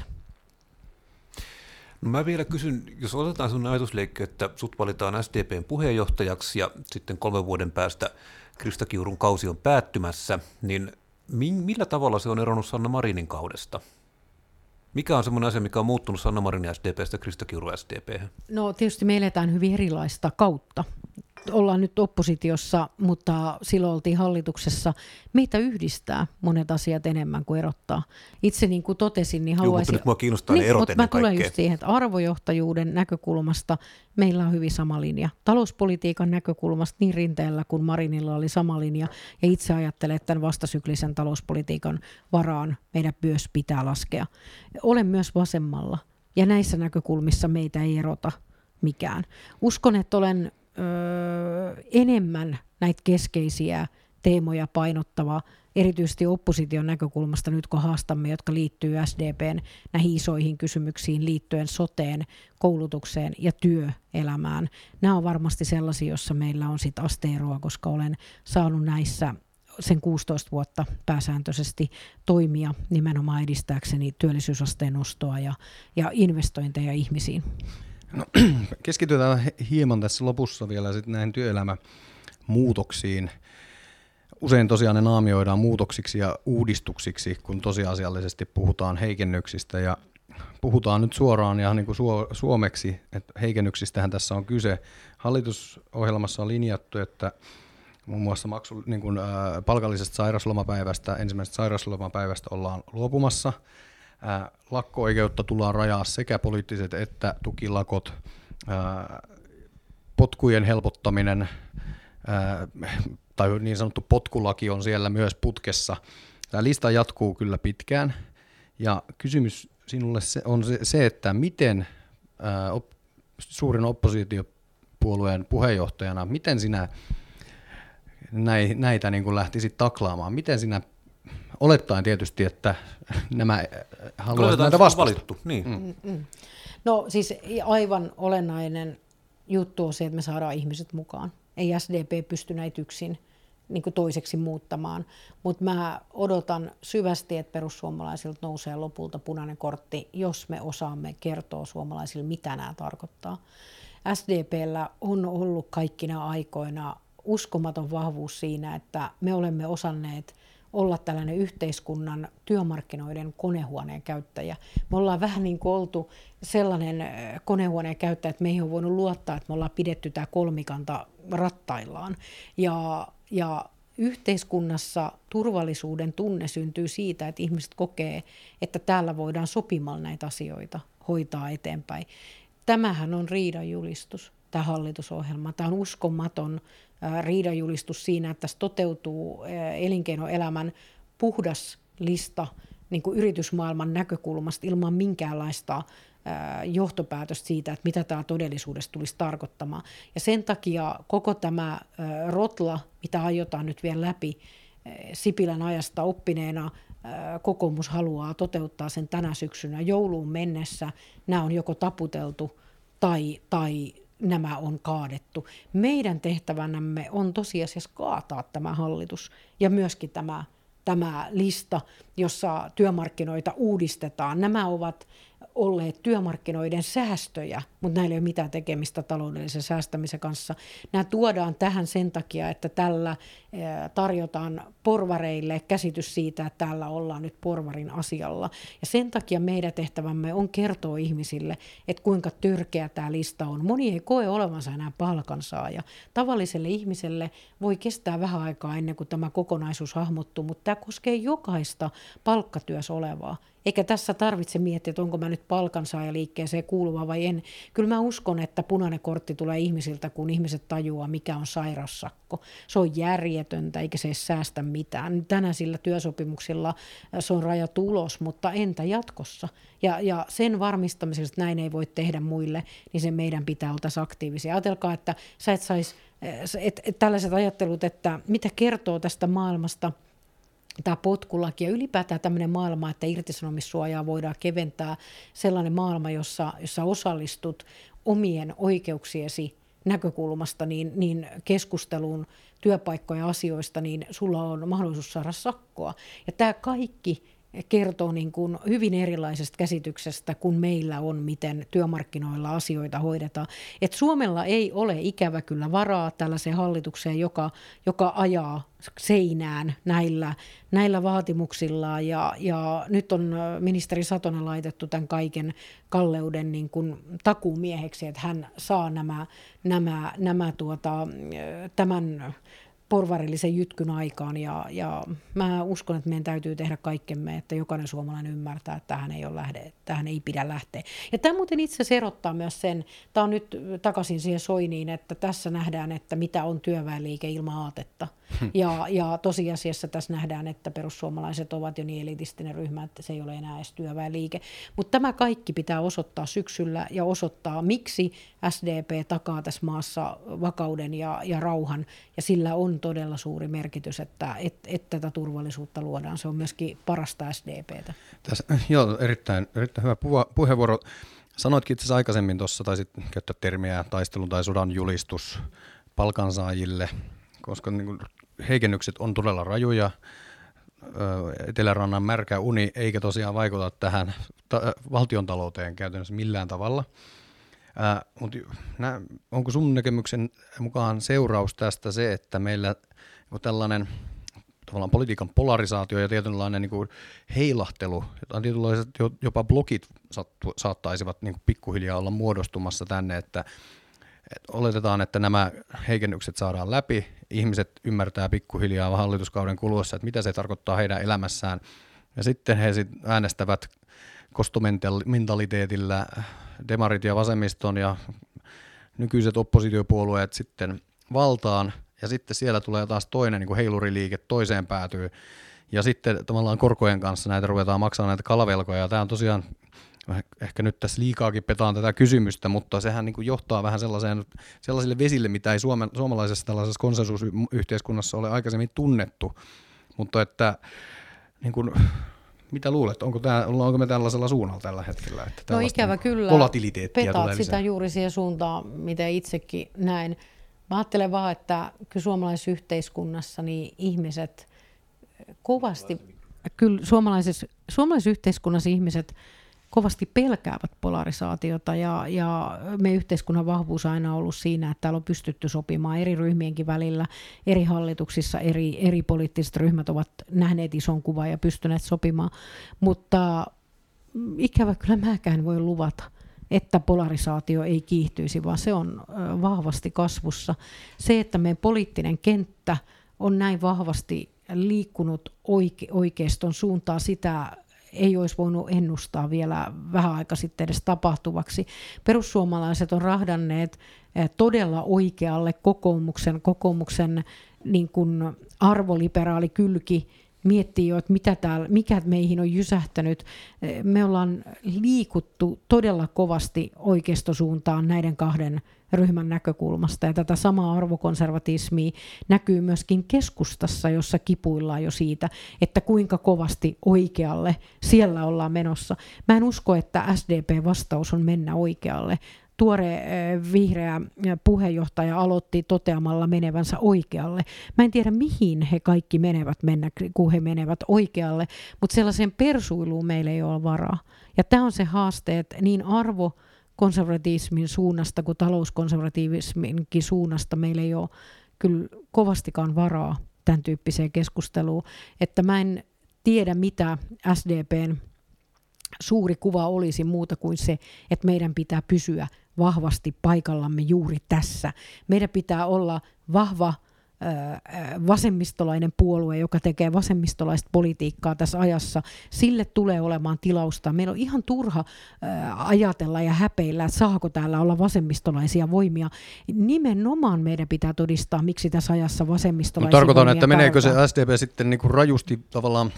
No mä vielä kysyn, jos otetaan sun ajatusleikki, että sut valitaan S D P:n puheenjohtajaksi ja sitten kolmen vuoden päästä Krista Kiurun kausi on päättymässä, niin millä tavalla se on eronnut Sanna Marinin kaudesta? Mikä on semmoinen asia, mikä on muuttunut Sanna Marinin S D P:stä Krista Kiurun S D P:hän? No tietysti me eletään hyvin erilaista kautta. Ollaan nyt oppositiossa, mutta silloin oltiin hallituksessa. Meitä yhdistää monet asiat enemmän kuin erottaa. Itse niin kuin totesin, niin haluaisin... Joo, mutta nyt mua kiinnostaa niin, ne erot ennen mä tulen just siihen, että arvojohtajuuden näkökulmasta meillä on hyvin sama linja. Talouspolitiikan näkökulmasta niin Rinteellä kuin Marinilla oli sama linja. Ja itse ajattelen, että tämän vastasyklisen talouspolitiikan varaan meidän myös pitää laskea. Olen myös vasemmalla. Ja näissä näkökulmissa meitä ei erota mikään. Uskon, että olen... Öö, enemmän näitä keskeisiä teemoja painottava, erityisesti opposition näkökulmasta nyt kun haastamme, jotka liittyy S D P:n näihin isoihin kysymyksiin liittyen soteen, koulutukseen ja työelämään. Nämä on varmasti sellaisia, joissa meillä on sit asteeroa, koska olen saanut näissä sen kuusitoista vuotta pääsääntöisesti toimia nimenomaan edistääkseni työllisyysasteen nostoa ja, ja investointeja ihmisiin. No, keskitytään hieman tässä lopussa vielä sitten näihin työelämämuutoksiin. Usein tosiaan ne naamioidaan muutoksiksi ja uudistuksiksi, kun tosiasiallisesti puhutaan heikennyksistä. Ja puhutaan nyt suoraan ja niin kuin suomeksi, että heikennyksistähän tässä on kyse. Hallitusohjelmassa on linjattu, että muun muassa maksu, niin kuin, ää, palkallisesta sairaslomapäivästä, ensimmäisestä sairaslomapäivästä ollaan luopumassa. Ää, lakko-oikeutta tullaan rajaa sekä poliittiset että tukilakot, ää, potkujen helpottaminen, ää, tai niin sanottu potkulaki on siellä myös putkessa. Tämä lista jatkuu kyllä pitkään, ja kysymys sinulle se on se, se että miten ää, op, suurin oppositiopuolueen puheenjohtajana, miten sinä näitä niin kuin lähtisit taklaamaan, miten sinä, olettaen tietysti, että nämä haluavat näitä vastustaa. Niin. Mm. Mm. No siis aivan olennainen juttu on se, että me saadaan ihmiset mukaan. Ei S D P pysty näitä yksin niin kuin toiseksi muuttamaan, mutta mä odotan syvästi, että perussuomalaisilta nousee lopulta punainen kortti, jos me osaamme kertoa suomalaisille, mitä nämä tarkoittaa. S D P:llä on ollut kaikkina aikoina uskomaton vahvuus siinä, että me olemme osanneet olla tällainen yhteiskunnan työmarkkinoiden konehuoneen käyttäjä. Me ollaan vähän niin kuin oltu sellainen konehuoneen käyttäjä, että meihin on voinut luottaa, että me ollaan pidetty tämä kolmikanta rattaillaan. Ja, ja yhteiskunnassa turvallisuuden tunne syntyy siitä, että ihmiset kokee, että täällä voidaan sopimalla näitä asioita hoitaa eteenpäin. Tämähän on riidanjulistus, tämä hallitusohjelma. Tämä on uskomaton riidanjulistus siinä, että tässä toteutuu elinkeinoelämän puhdas lista niin kuin yritysmaailman näkökulmasta ilman minkäänlaista johtopäätöstä siitä, että mitä tämä todellisuudessa tulisi tarkoittamaan. Ja sen takia koko tämä rotla, mitä aiotaan nyt vielä läpi Sipilän ajasta oppineena, kokoomus haluaa toteuttaa sen tänä syksynä jouluun mennessä. Nämä on joko taputeltu tai, tai nämä on kaadettu. Meidän tehtävänämme on tosiasiassa kaataa tämä hallitus ja myöskin tämä, tämä lista, jossa työmarkkinoita uudistetaan. Nämä ovat olleet työmarkkinoiden säästöjä, mutta näillä ei ole mitään tekemistä taloudellisen säästämisen kanssa. Nämä tuodaan tähän sen takia, että tällä tarjotaan porvareille käsitys siitä, että täällä ollaan nyt porvarin asialla. Ja sen takia meidän tehtävämme on kertoa ihmisille, että kuinka törkeä tämä lista on. Moni ei koe olevansa enää palkansaaja. Tavalliselle ihmiselle voi kestää vähän aikaa ennen kuin tämä kokonaisuus hahmottuu, mutta tämä koskee jokaista palkkatyössä olevaa. Eikä tässä tarvitse miettiä, että onko mä nyt palkansaajaliikkeeseen kuuluva vai en. Kyllä mä uskon, että punainen kortti tulee ihmisiltä, kun ihmiset tajuaa, mikä on sairaussakko. Se on järjetöntä, eikä se edes säästä mitään. Tänään sillä työsopimuksilla se on rajattu ulos, mutta entä jatkossa? Ja, ja sen varmistamiseksi, että näin ei voi tehdä muille, niin sen meidän pitää olla tässä aktiivisia. Ajatelkaa, että sä et sais, et, et tällaiset ajattelut, että mitä kertoo tästä maailmasta, tämä potkulaki ja ylipäätään tämmöinen maailma, että irtisanomissuojaa voidaan keventää, sellainen maailma, jossa, jossa osallistut omien oikeuksiesi näkökulmasta niin, niin keskusteluun työpaikkoja asioista, niin sulla on mahdollisuus saada sakkoa. Ja tämä kaikki kertoo niin kuin hyvin erilaisesta käsityksestä kuin meillä on, miten työmarkkinoilla asioita hoidetaan. Et Suomella ei ole ikävä kyllä varaa tällaiseen hallitukseen, joka, joka ajaa seinään näillä, näillä vaatimuksilla. Ja, ja nyt on ministeri Satonen laitettu tämän kaiken kalleuden niin kuin takuumieheksi, että hän saa nämä, nämä, nämä tuota, tämän porvarillisen jytkyn aikaan, ja, ja mä uskon, että meidän täytyy tehdä kaikkemme, että jokainen suomalainen ymmärtää, että tähän ei, ole lähde, tähän ei pidä lähteä. Ja tämä muuten itse asiassa erottaa myös sen, tämä on nyt takaisin siihen Soiniin, että tässä nähdään, että mitä on työväenliike ilman aatetta. Hmm. Ja, ja tosiasiassa tässä nähdään, että perussuomalaiset ovat jo niin elitistinen ryhmä, että se ei ole enää edes työväenliike. Mutta tämä kaikki pitää osoittaa syksyllä ja osoittaa, miksi S D P takaa tässä maassa vakauden ja, ja rauhan. Ja sillä on todella suuri merkitys, että, että, että tätä turvallisuutta luodaan. Se on myöskin parasta S D P:tä. Tässä, joo, erittäin, erittäin hyvä puheenvuoro. Sanoitkin itse asiassa aikaisemmin tuossa, taisit käyttää termiä taistelun tai sodan julistus palkansaajille, koska niin kuin heikennykset on todella rajuja. Etelärannan märkä uni eikä tosiaan vaikuta tähän ta- valtiontalouteen käytännössä millään tavalla. Ää, mutta nää, onko sun näkemyksen mukaan seuraus tästä se, että meillä niin tällainen tavallaan politiikan polarisaatio ja tietynlainen niin kuin heilahtelu, jota tietynlaiset jopa blogit sattu, saattaisivat niin kuin pikkuhiljaa olla muodostumassa tänne, että, että oletetaan, että nämä heikennykset saadaan läpi, ihmiset ymmärtää pikkuhiljaa hallituskauden kuluessa, että mitä se tarkoittaa heidän elämässään, ja sitten he sit äänestävät kostomentaliteetillä demarit ja vasemmiston ja nykyiset oppositiopuolueet sitten valtaan, ja sitten siellä tulee taas toinen niin kuin heiluriliike toiseen päätyy, ja sitten tavallaan korkojen kanssa näitä ruvetaan maksamaan näitä kalavelkoja, ja tämä on tosiaan, ehkä nyt tässä liikaakin petaan tätä kysymystä, mutta sehän niin kuin johtaa vähän sellaiseen, sellaisille vesille, mitä ei Suomen, suomalaisessa tällaisessa konsensusyhteiskunnassa ole aikaisemmin tunnettu, mutta että niin kuin, mitä luulet, onko, tämä, onko me tällaisella suunnalla tällä hetkellä, että no ikävä kyllä, volatiliteettia petaat tulee sitä lisää. juuri siihen suuntaan, mitä itsekin näen. Mä ajattelen vaan, että kyllä suomalaisessa yhteiskunnassa niin ihmiset kovasti, kyllä suomalaisessa, suomalaisessa yhteiskunnassa ihmiset kovasti pelkäävät polarisaatiota ja, ja meidän yhteiskunnan vahvuus on aina ollut siinä, että täällä on pystytty sopimaan eri ryhmienkin välillä, eri hallituksissa, eri, eri poliittiset ryhmät ovat nähneet ison kuvan ja pystyneet sopimaan, mutta ikävä kyllä mäkään voi luvata, että polarisaatio ei kiihtyisi, vaan se on vahvasti kasvussa. Se, että meidän poliittinen kenttä on näin vahvasti liikkunut oike- oikeiston suuntaan, sitä ei olisi voinut ennustaa vielä vähän aika sitten edes tapahtuvaksi. Perussuomalaiset on rahdanneet todella oikealle kokoomuksen, kokoomuksen niin kuin arvoliberaali kylki, miettii jo, että mitä täällä, mikä meihin on jysähtänyt. Me ollaan liikuttu todella kovasti oikeistosuuntaan näiden kahden ryhmän näkökulmasta. Ja tätä samaa arvokonservatismia näkyy myöskin keskustassa, jossa kipuillaan jo siitä, että kuinka kovasti oikealle siellä ollaan menossa. Mä en usko, että S D P-vastaus on mennä oikealle. Tuore vihreä puheenjohtaja aloitti toteamalla menevänsä oikealle. Mä en tiedä, mihin he kaikki menevät mennä, kun he menevät oikealle, mutta sellaiseen persuiluun meillä ei ole varaa. Ja tämä on se haaste, että niin arvokonservatismin suunnasta kuin talouskonservatisminkin suunnasta meillä ei ole kyllä kovastikaan varaa tämän tyyppiseen keskusteluun. Että mä en tiedä, mitä S D P:n suuri kuva olisi muuta kuin se, että meidän pitää pysyä vahvasti paikallamme juuri tässä. Meidän pitää olla vahva vasemmistolainen puolue, joka tekee vasemmistolaista politiikkaa tässä ajassa. Sille tulee olemaan tilausta. Meillä on ihan turha ajatella ja häpeillä, että saako täällä olla vasemmistolaisia voimia. Nimenomaan meidän pitää todistaa, miksi tässä ajassa vasemmistolaisia no, tarkoitan, voimia että meneekö tarvitaan. se S D P sitten niin kuin rajusti tavallaan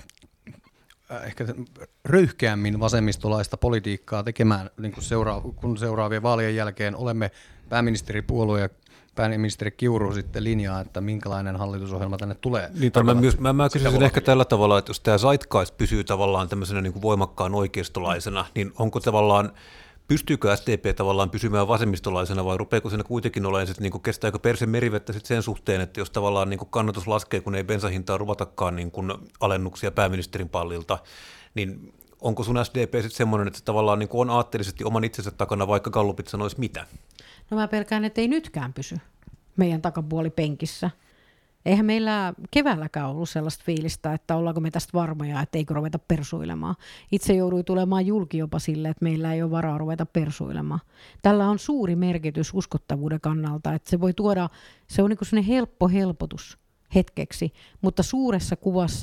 ehkä röyhkeämmin vasemmistolaista politiikkaa tekemään, niin kuin seura- kun seuraavien vaalien jälkeen olemme pääministeripuolue ja pääministeri Kiuru sitten linjaa, että minkälainen hallitusohjelma tänne tulee. Niin, mä, myös, mä, mä kysyisin ehkä tällä tavalla, että jos tämä zeitgeist pysyy tavallaan tämmöisenä niin kuin voimakkaan oikeistolaisena, niin onko tavallaan, pystyykö S D P tavallaan pysymään vasemmistolaisena vai rupeeko siinä kuitenkin olemaan, että niin kuin kestääkö perse merivettä sitten sen suhteen, että jos tavallaan niin kuin kannatus laskee, kun ei bensahintaa ruvatakaan niin kuin alennuksia pääministerin pallilta, niin onko sun S D P sitten semmoinen, että se tavallaan niin kuin on aatteellisesti oman itsensä takana, vaikka gallupit sanoisi mitä? No mä pelkään, että ei nytkään pysy meidän takapuoli penkissä. Eihän meillä keväälläkään ollut sellaista fiilistä, että ollaanko me tästä varmoja, että eikö ruveta persuilemaan. Itse jouduin tulemaan julki jopa sille, että meillä ei ole varaa ruveta persuilemaan. Tällä on suuri merkitys uskottavuuden kannalta, että se voi tuoda, se on niin kuin sellainen helppo helpotus hetkeksi, mutta suuressa kuvassa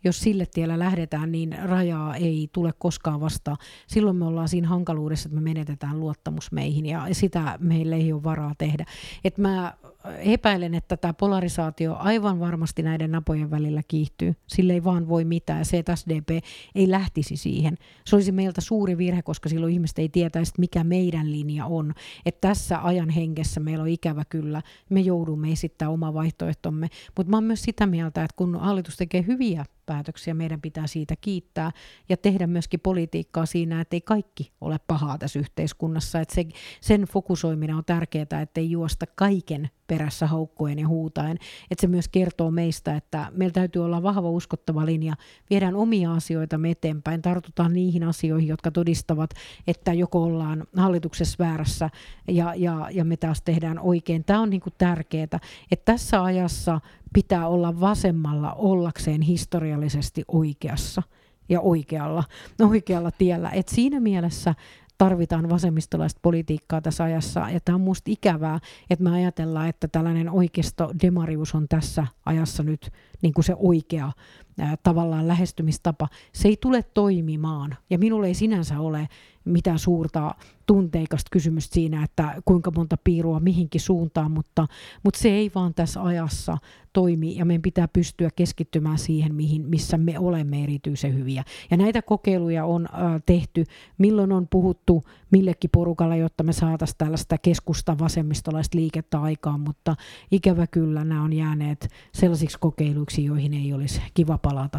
jos sille tiellä lähdetään, niin rajaa ei tule koskaan vastaan. Silloin me ollaan siinä hankaluudessa, että me menetetään luottamus meihin ja sitä meille ei ole varaa tehdä. Et mä epäilen, että tämä polarisaatio aivan varmasti näiden napojen välillä kiihtyy. Sille ei vaan voi mitään. Se, että S D P ei lähtisi siihen. Se olisi meiltä suuri virhe, koska silloin ihmiset ei tietäisi, mikä meidän linja on. Että tässä ajan hengessä meillä on ikävä kyllä. Me joudumme esittämään oma vaihtoehtomme. Mutta mä oon myös sitä mieltä, että kun hallitus tekee hyviä päätöksiä, meidän pitää siitä kiittää ja tehdä myöskin politiikkaa siinä, että ei kaikki ole pahaa tässä yhteiskunnassa. Että se, sen fokusoiminen on tärkeää, että ei juosta kaiken perässä haukkoen ja huutaen. Että se myös kertoo meistä, että meillä täytyy olla vahva uskottava linja, viedään omia asioita eteenpäin, tartutaan niihin asioihin, jotka todistavat, että joko ollaan hallituksessa väärässä ja, ja, ja me taas tehdään oikein. Tämä on niin kuin tärkeää, että tässä ajassa pitää olla vasemmalla ollakseen historiallisesti oikeassa ja oikealla, oikealla tiellä. Et siinä mielessä tarvitaan vasemmistolaista politiikkaa tässä ajassa, ja tämä on musta ikävää, että me ajatellaan, että tällainen oikeisto-demarius on tässä ajassa nyt niin kuin se oikea ää, tavallaan lähestymistapa. Se ei tule toimimaan, ja minulla ei sinänsä ole mitään suurta tunteikasta kysymystä siinä, että kuinka monta piirua mihinkin suuntaan, mutta, mutta se ei vaan tässä ajassa toimi, ja meidän pitää pystyä keskittymään siihen, mihin, missä me olemme erityisen hyviä. Ja näitä kokeiluja on äh, tehty, milloin on puhuttu millekin porukalla, jotta me saataisiin tällaista keskusta vasemmistolaista liikettä aikaan, mutta ikävä kyllä nämä on jääneet sellaisiksi kokeiluiksi, joihin ei olisi kiva palata.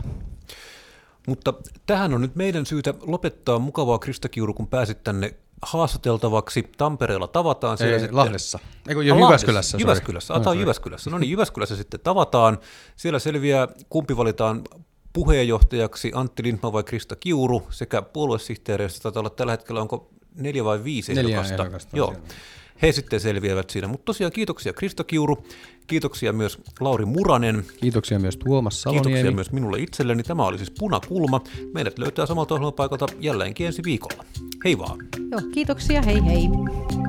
Mutta tähän on nyt meidän syytä lopettaa. Mukavaa, Krista Kiuru, kun pääsit tänne haastateltavaksi. Tampereella tavataan. Ei, sitten... Lahdessa. Eikö jo Jyväskylässä? Jyväskylässä. Tämä on Jyväskylässä. No niin, Jyväskylässä sitten tavataan. Siellä selviää, kumpi valitaan puheenjohtajaksi, Antti Lindtman vai Krista Kiuru, sekä puoluesihteereistä taitaa olla tällä hetkellä, onko neljä vai viisi neljä ehdokasta. ehdokasta Joo. He sitten selviävät siinä. Mutta tosiaan kiitoksia Krista Kiuru, kiitoksia myös Lauri Muranen. Kiitoksia myös Tuomas Saloniemi. Kiitoksia myös minulle itselleni. Tämä oli siis Punakulma. Meidät löytää samalta ohjelmapaikalta jälleenkin ensi viikolla. Hei vaan. Joo, kiitoksia, hei hei.